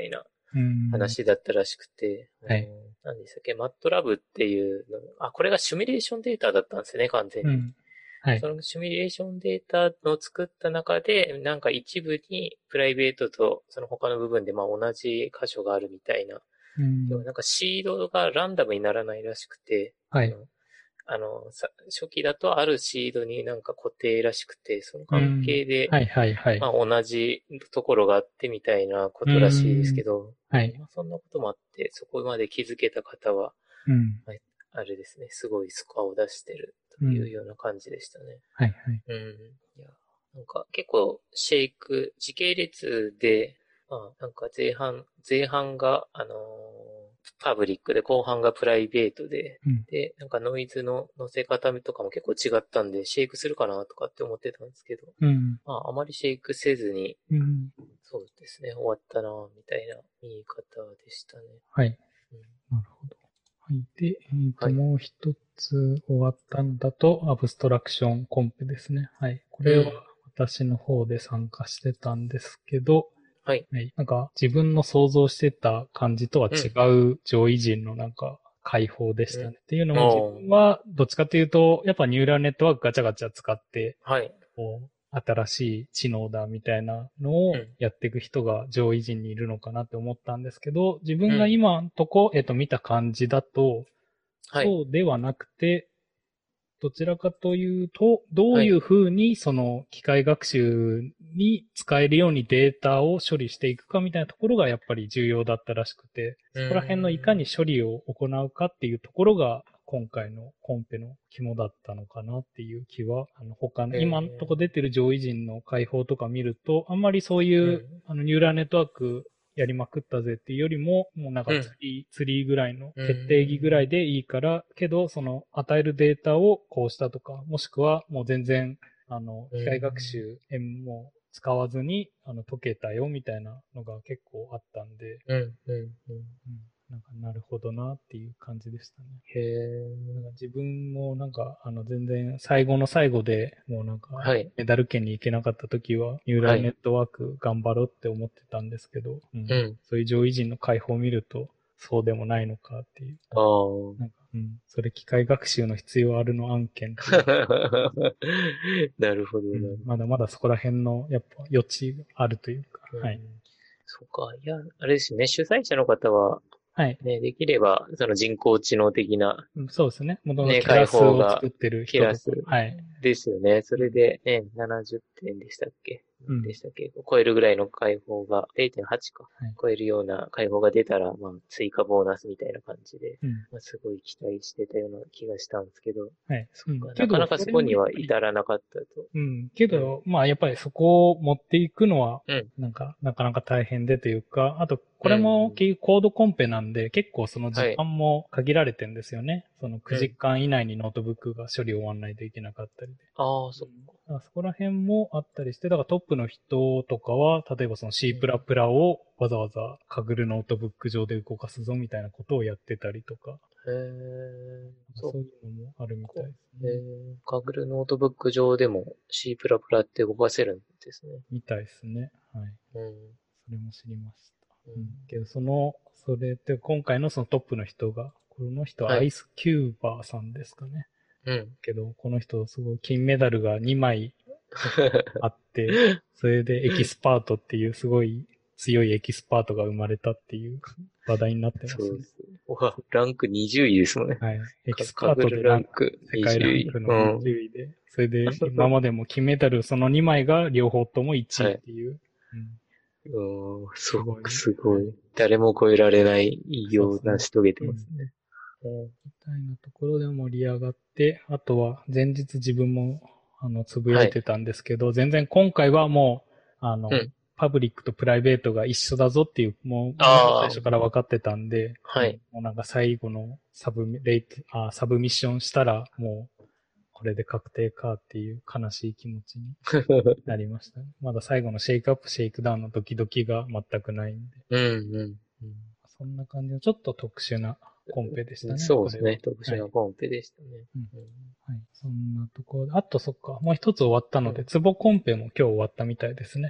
話だったらしくて、 はい。 何でしたっけ、マットラブっていうの、これがシミュレーションデータだったんですよね、完全に。 はい。 そのシミュレーションデータを作った中で、なんか一部にプライベートとその他の部分でまあ同じ箇所があるみたいな。要はなんかシードがランダムにならないらしくて、 はい。 初期だとあるシードになんか固定らしくて、その関係で、 はいはいはい。 まあ同じところがあってみたいなことらしいですけど、 はい。 まあ、そんなこともあって、そこまで気づけた方は、 うん。 まああれですね、すごいスコアを出してるというような感じでしたね。 はいはい。 うん。いや、なんか結構シェイク、時系列で、まあなんか前半が、パブリックで後半がプライベートで、で、なんかノイズの乗せ方とかも結構違ったんで、シェイクするかなとかって思ってたんですけど、まああまりシェイクせずに、そうですね、終わったな、みたいな見方でしたね。 はい。なるほど。はい。で、 はい。 もう一つ終わったんだと、アブストラクションコンペですね。はい。これは私の方で参加してたんですけど、 はい。 はい。なんか自分の想像してた感じとは違う上位陣のなんか解放でしたね。っていうのも自分はどっちかというと、やっぱニューラルネットワークガチャガチャ使って、 はい。 こう新しい知能だみたいなのをやっていく人が上位陣にいるのかなって思ったんですけど、自分が今のとこ、見た感じだと、 はい。 そうではなくて、どちらかというと、どはい。 ういうふうにその機械学習に使えるようにデータを処理していくかみたいなところがやっぱり重要だったらしくて、そこら辺のいかに処理を行うかっていうところが今回のコンペの肝だったのかなっていう気は、他の、今のとこ出てる上位陣の解放とか見ると、あんまりそういう、ニューラルネットワークやりまくったぜっていうよりも、もうなんかツリーぐらいの決定義ぐらいでいいから、けど、その与えるデータをこうしたとか、もしくはもう全然、機械学習も使わずに、解けたよみたいなのが結構あったんで、なんかなるほどなっていう感じでしたね。なんか自分もなんか全然最後の最後でもうなんかメダル圏に行けなかった時はニューラルネットワーク頑張ろうって思ってたんですけど、そういう上位陣の解放を見るとそうでもないのかっていう。なんかそれ機械学習の必要あるの案件っていう。 なるほど、 まだまだそこら辺のやっぱ余地あるというか、はい。 そうか。いや、あれですよね。主催者の方は、 はい。 ね、できれば、その人工知能的な、 そうですね。元のね、 ケラ解スを放が、 作ってるケラス人とか。はい。 ですよね。それで、ね、70点でしたっけでしたっけ超えるぐらいの解放が、0.8か。超えるような解放が出たら、まあ、追加ボーナスみたいな感じで、まあ、すごい期待してたような気がしたんですけど、 はい。 そっか、なかなかそこには至らなかったと。 けど、まあやっぱりそこを持っていくのは、なかなか大変でというか、あと、これも結局コードコンペなんで、結構その時間も限られてんですよね。その9時間以内にノートブックが処理終わんないといけなかったりで。 ああ、そっか。 そこら辺もあったりして、だからトップの人とかは、例えばその C++ をわざわざカグルノートブック上で動かすぞみたいなことをやってたりとか。そういうのもあるみたいですね。 カグルノートブック上でも C++ って動かせるんですね。 みたいですね。はい。それも知りました。けどそれって今回のそのトップの人が、この人はアイスキューバーさんですかね。けど、この人すごい金メダルが2枚あって、それでエキスパートっていうすごい強いエキスパートが生まれたっていう話題になってますね。 そうです。ランク20位ですもんね。 はい。エキスパートでランク、世界ランクの20位で、それで今までも金メダルその2枚が両方とも1位っていう。 すごい。誰も超えられない偉業を成し遂げてますね。 みたいなところで盛り上がって、あとは前日自分もつぶやいてたんですけど、全然今回はもう、パブリックとプライベートが一緒だぞっていう、もう最初から分かってたんで、もうなんか最後のサブミッションしたら、もう、これで確定かっていう悲しい気持ちになりましたね。まだ最後のシェイクアップ、シェイクダウンのドキドキが全くないんで。そんな感じのちょっと特殊なコンペでしたね。 そうですね。特殊なコンペでしたね。 はい。そんなところで。あとそっか。もう一つ終わったので、ツボコンペも今日終わったみたいですね。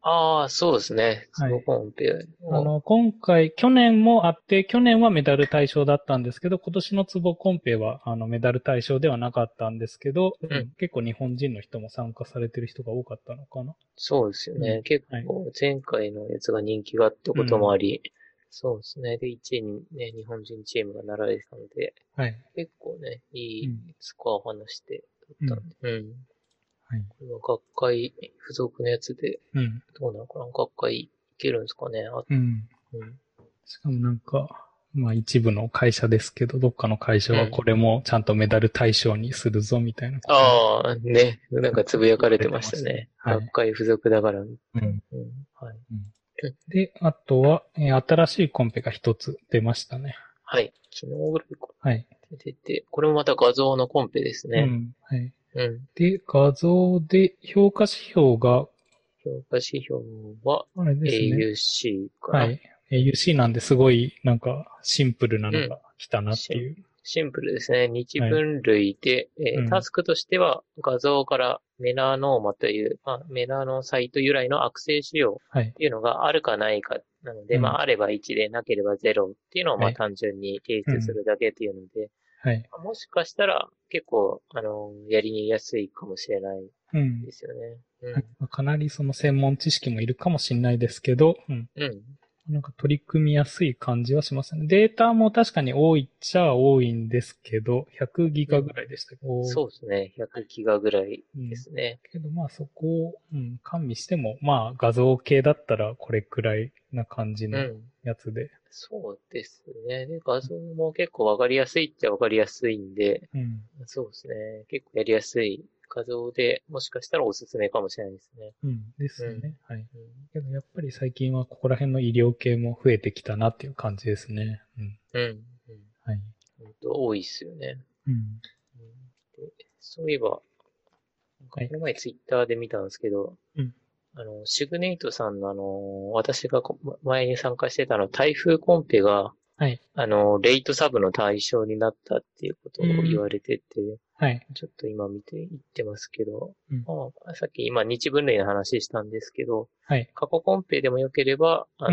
ああ、そうですね。 はい。 壺コンペを。 今回、去年もあって、去年はメダル対象だったんですけど、今年のツボコンペは、メダル対象ではなかったんですけど、 うん。 うん、結構日本人の人も参加されてる人が多かったのかな。 そうですようん。 ね。結はい。 構前回のやつが人気があったこともうん。 あり、そうですね。で、1位にね、日本人チームがなられてたので、 はい。 結構ね、いいうん。 スコアを離してうん。 取ったんで、うん。 はい。 これは学会付属のやつで、 うん。 どうなのかな学会いけるんですかねうん。 うん。 しかもなんか、まあ一部の会社ですけど、どっかの会社うん。 はこれもちゃんとメダル対象にするぞみたいなこともああ、ね。なんかつぶや言われかれててましたね。 ましたね。 はい。 学会付属だから。うん。 うん。 はい。 うん。で、あとは、新しいコンペが一つ出ましたね。 はい。昨日ぐらいかはい。 出てて、これもまた画像のコンペですね。 うん。はい。 うん。 で、画像で評価指標が、 評価指標はあれですね。 AUC かな。 はい。AUC なんですごい、なんか、シンプルなうん。 のが来たなっシン、 ていう。 シンプルですね。日はい。 分類で、 うん。 タスクとしては画像からメラノーマという、まあ、メラノサイト由来の悪性腫瘍っはい。 ていうのがあるかないかなので、まうん。 あ、あれば1でなければ0っていうのをまあはい。 単純に提出すうん。 るだけっていうので、 はい。 もしかしたら結構、やりやすいかもしれないうん。 ですよね。うはい。 ん。 まあかなりその専門知識もいるかもしれないですけど、うん。 うん。 なんか取り組みやすい感じはしますね。データも確かに多いっちゃ多いんですけど、100ギガぐうん。 らいでしたけど、 そうですね。100ギガぐらいうん。 ですね。 けどまあそこを、うん、加味しても、まあ画像系だったらこれくらいな感じのうん。 やつで。 そうですね。で、画像も結構わかりやすいっちゃわかりやすいんで、 うん。 そうですね。結構やりやすい画像で、もしかしたらおすすめかもしれないですね。 うん。ですうん。 ね。はい。 うん。 けどやっぱり最近はここら辺の医療系も増えてきたなっていう感じですね。うん。 うん。うん。 はい。 本当多いっすよね。 うん。 うん、でそういえば、なんかはい。 この前ツイッターで見たんですけど、 うん。 シグネイトさんの私が前に参加してた台風コンペが、 はい。 レイトサブの対象になったっていうことを言うん。 われてて、 はい。 ちょっと今見ていってますけど、 うん。 まあ、さっき今日分類の話したんですけど、 はい。 過去コンペでも良ければ、 うん。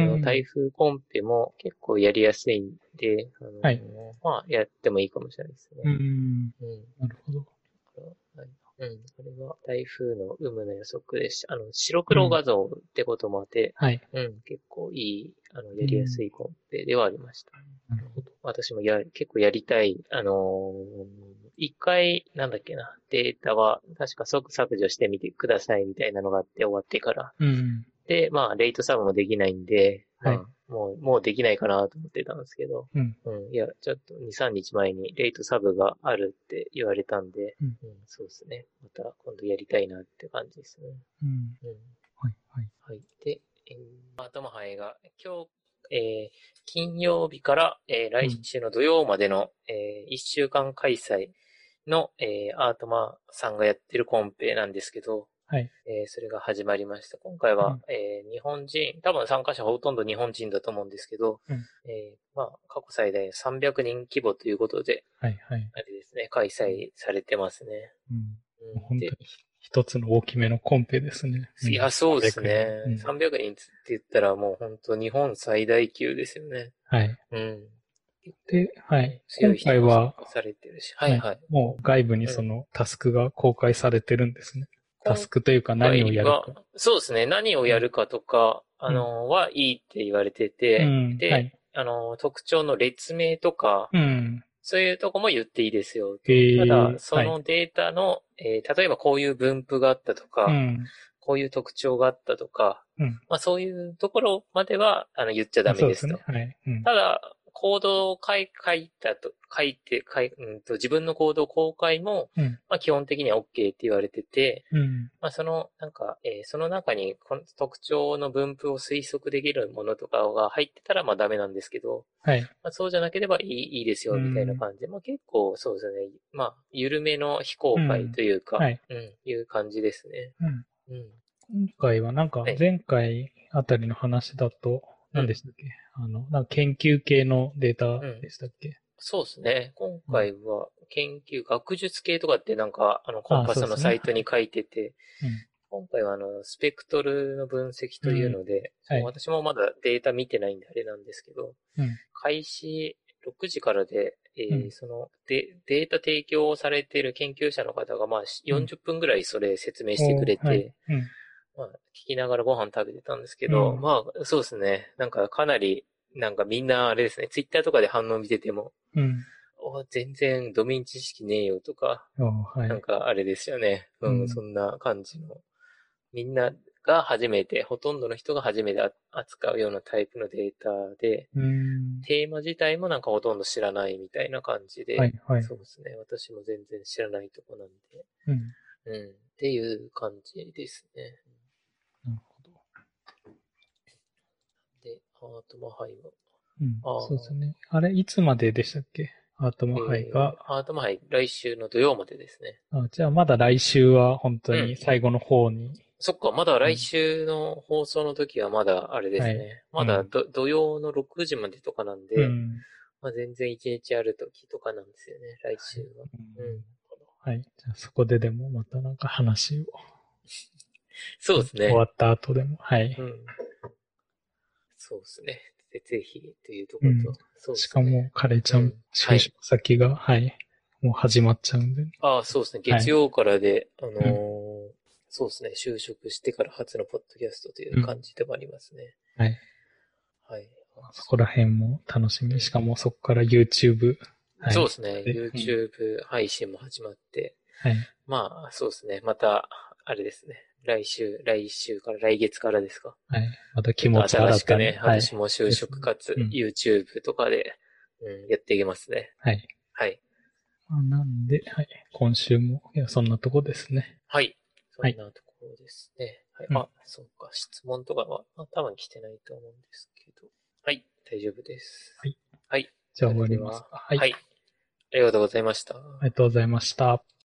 台風コンペも結構やりやすいんで、 はい。 まあ、やってもいいかもしれないですね。 うん。 うん。 なるほど。 はい。うん。これは台風の有無の予測です。白黒うん。 画像ってこともあって、 はい。 うん。結構いい、やりやすうん。 いコンペではありました。うん、 なるほど。 私も結構やりたい。一回、なんだっけな、データは確か即削除してみてくださいみたいなのがあって終わってから。 うん。 で、まあ、レイトサブもできないんで、 はい。 まあ、もうできないかなと思ってたんですけど、 うん。 うん、いや、ちょっと2、3日前にレイトサブがあるって言われたんで、 うん。 うん、そうですね。また今度やりたいなって感じですね。 うん。 うん。 はい。はい。 はい。で、頭ハエが今日、金曜日から、来うん。 週の土曜までの、1週間開催の、アートマさんがやってるコンペなんですけど、 はい。 それが始まりました。今回は、 うん。 日本人、多分参加者ほとんど日本人だと思うんですけど、 うん。 まあ、過去最大300人規模ということで、 はい。はい。 あれですね、開うん。 催されてますね。 うん。 うん、で、 もう本当に一つの大きめのコンペですね。うん。 いや、そうです 300人。うね。 ん。 300人って言ったらもう本当日本最大級ですよね。 はい。 うん。結構で、はい。 ね、強今い人も参回は、 加されてるし。ははい。 いはい。 もう外部にうん。 そのタスクが公開されてるんですね。タス今クというか何を回は、 やるか。 そうですね、何をうん。 やるかとか、 うん。 はいいって言われてて、 うん。はで、 い。 特徴の列名とか、 うん。 そういうとこも言っていいですよと。ただ、そはい。 のデータの、例えばこういう分布があったとか、 うん。 こういう特徴があったとか、 うん。 まあそういうところまでは、言っちゃダメそうですね。 ですと。 はい。うん。 ただ、コードを書いたと、書いて、自分のコード公開も、 うん。 まあ基本的には OK って言われてて、 うん。 まあその中にこの特徴の分布を推測できるものとかが入ってたら、まあダメなんですけど、 はい。 まあそうじゃなければいいですよ、みたいなうん。 感じで、まあ結構そうですね、まあ緩めの非公開うん。 というか、 はい。 うん、いう感じですね。 うん。 うん。 今回はなんかはい。 前回あたりの話だと、 うん。 何でしたっけなんか研究系のデータうん。 でしたっけ？ そうですね。今うん。 回は学術系とかってなんか、コンああ、 パスのそうですね。はい。 サイトに書いてて、 うん。 今回はスペクトルの分析というので、 はい。 私もまだデータ見てないんであれなんですけど、 うん。 開始6時からで、 うん。 データ提供されている研究者の方が、まあ、 うん。 40分ぐらいそれ説明してくれはい。 て、 うん。 まあ、聞きながらご飯食べてたんですけど、 うん。 まあ、そうですね。なんかかなり、なんかみんなあれですね、ツイッターとかで反応見てても、 うん。 全然ドメイン知識ねえよとか、なんはい。 かあれですよね。うん、 うん。 そんな感じの。みんなが初めて、ほとんどの人が初めて扱うようなタイプのデータで、 うん。 テーマ自体もなんかほとんど知らないみたいな感じで、 はい。はい。 そうですね。私も全然知らないとこなんで、 うん。 うん、っていう感じですね。 なるほど。 で、アートマハイは、 うん。 あそうですあ、 ね。あれ、いつまででしたっけ？アートマハイが。 アートマハイ、来週の土曜までですね。 じゃあまだ来週は本当うん。 に最後の方に。 そっか、まだ来うん。 週の放送の時はまだあれではい。 すね。まだうん。 土曜の6時までとかなんで、 うん。 まあ全然1日ある時とかなんですよね、来はい。 週は。 ううん。 ん。はい。じゃあそこででもまたなんか話を。 そうですね。 終わった後でも。はい。 うん。そうですね。で、ぜひ、というとうん。 ころと、そうでしかも、 すね。 カレーちゃん、 うん。は就い。 職先が、はい。もう始まっちゃうんで。 ああ、そうですね。 はい。 月曜からで、 うん。 そうですね。就職してから初のポッドキャストといううん。 感じでもありますね。 はい。 はい。あ、 そこら辺も楽しみ。しかもそこから YouTube。はい。 そうですね。 で、うん。 YouTube 配信も始まって、 はい。 まあ、そうですね。また、あれですね。来週から、来月からですか。 はい。またちょっと気持ち新しくね、 新たに。はい。 私も就ですね。 職かつ、 うん。 YouTube とかで、うん、やっていきますね。 はい。 はい。 なんで、はい。今週も、いや、そんなとこですね。 はい。そはい。 んなところですね。はい。 うん。 あ、そうか。質問とかは、まあ、多分来てないと思うんですけど。はい。大丈夫です。 はい。 はい。 じゃあそ終わりますれでは、 か。はい。 はい。ありがとうございました。 ありがとうございました。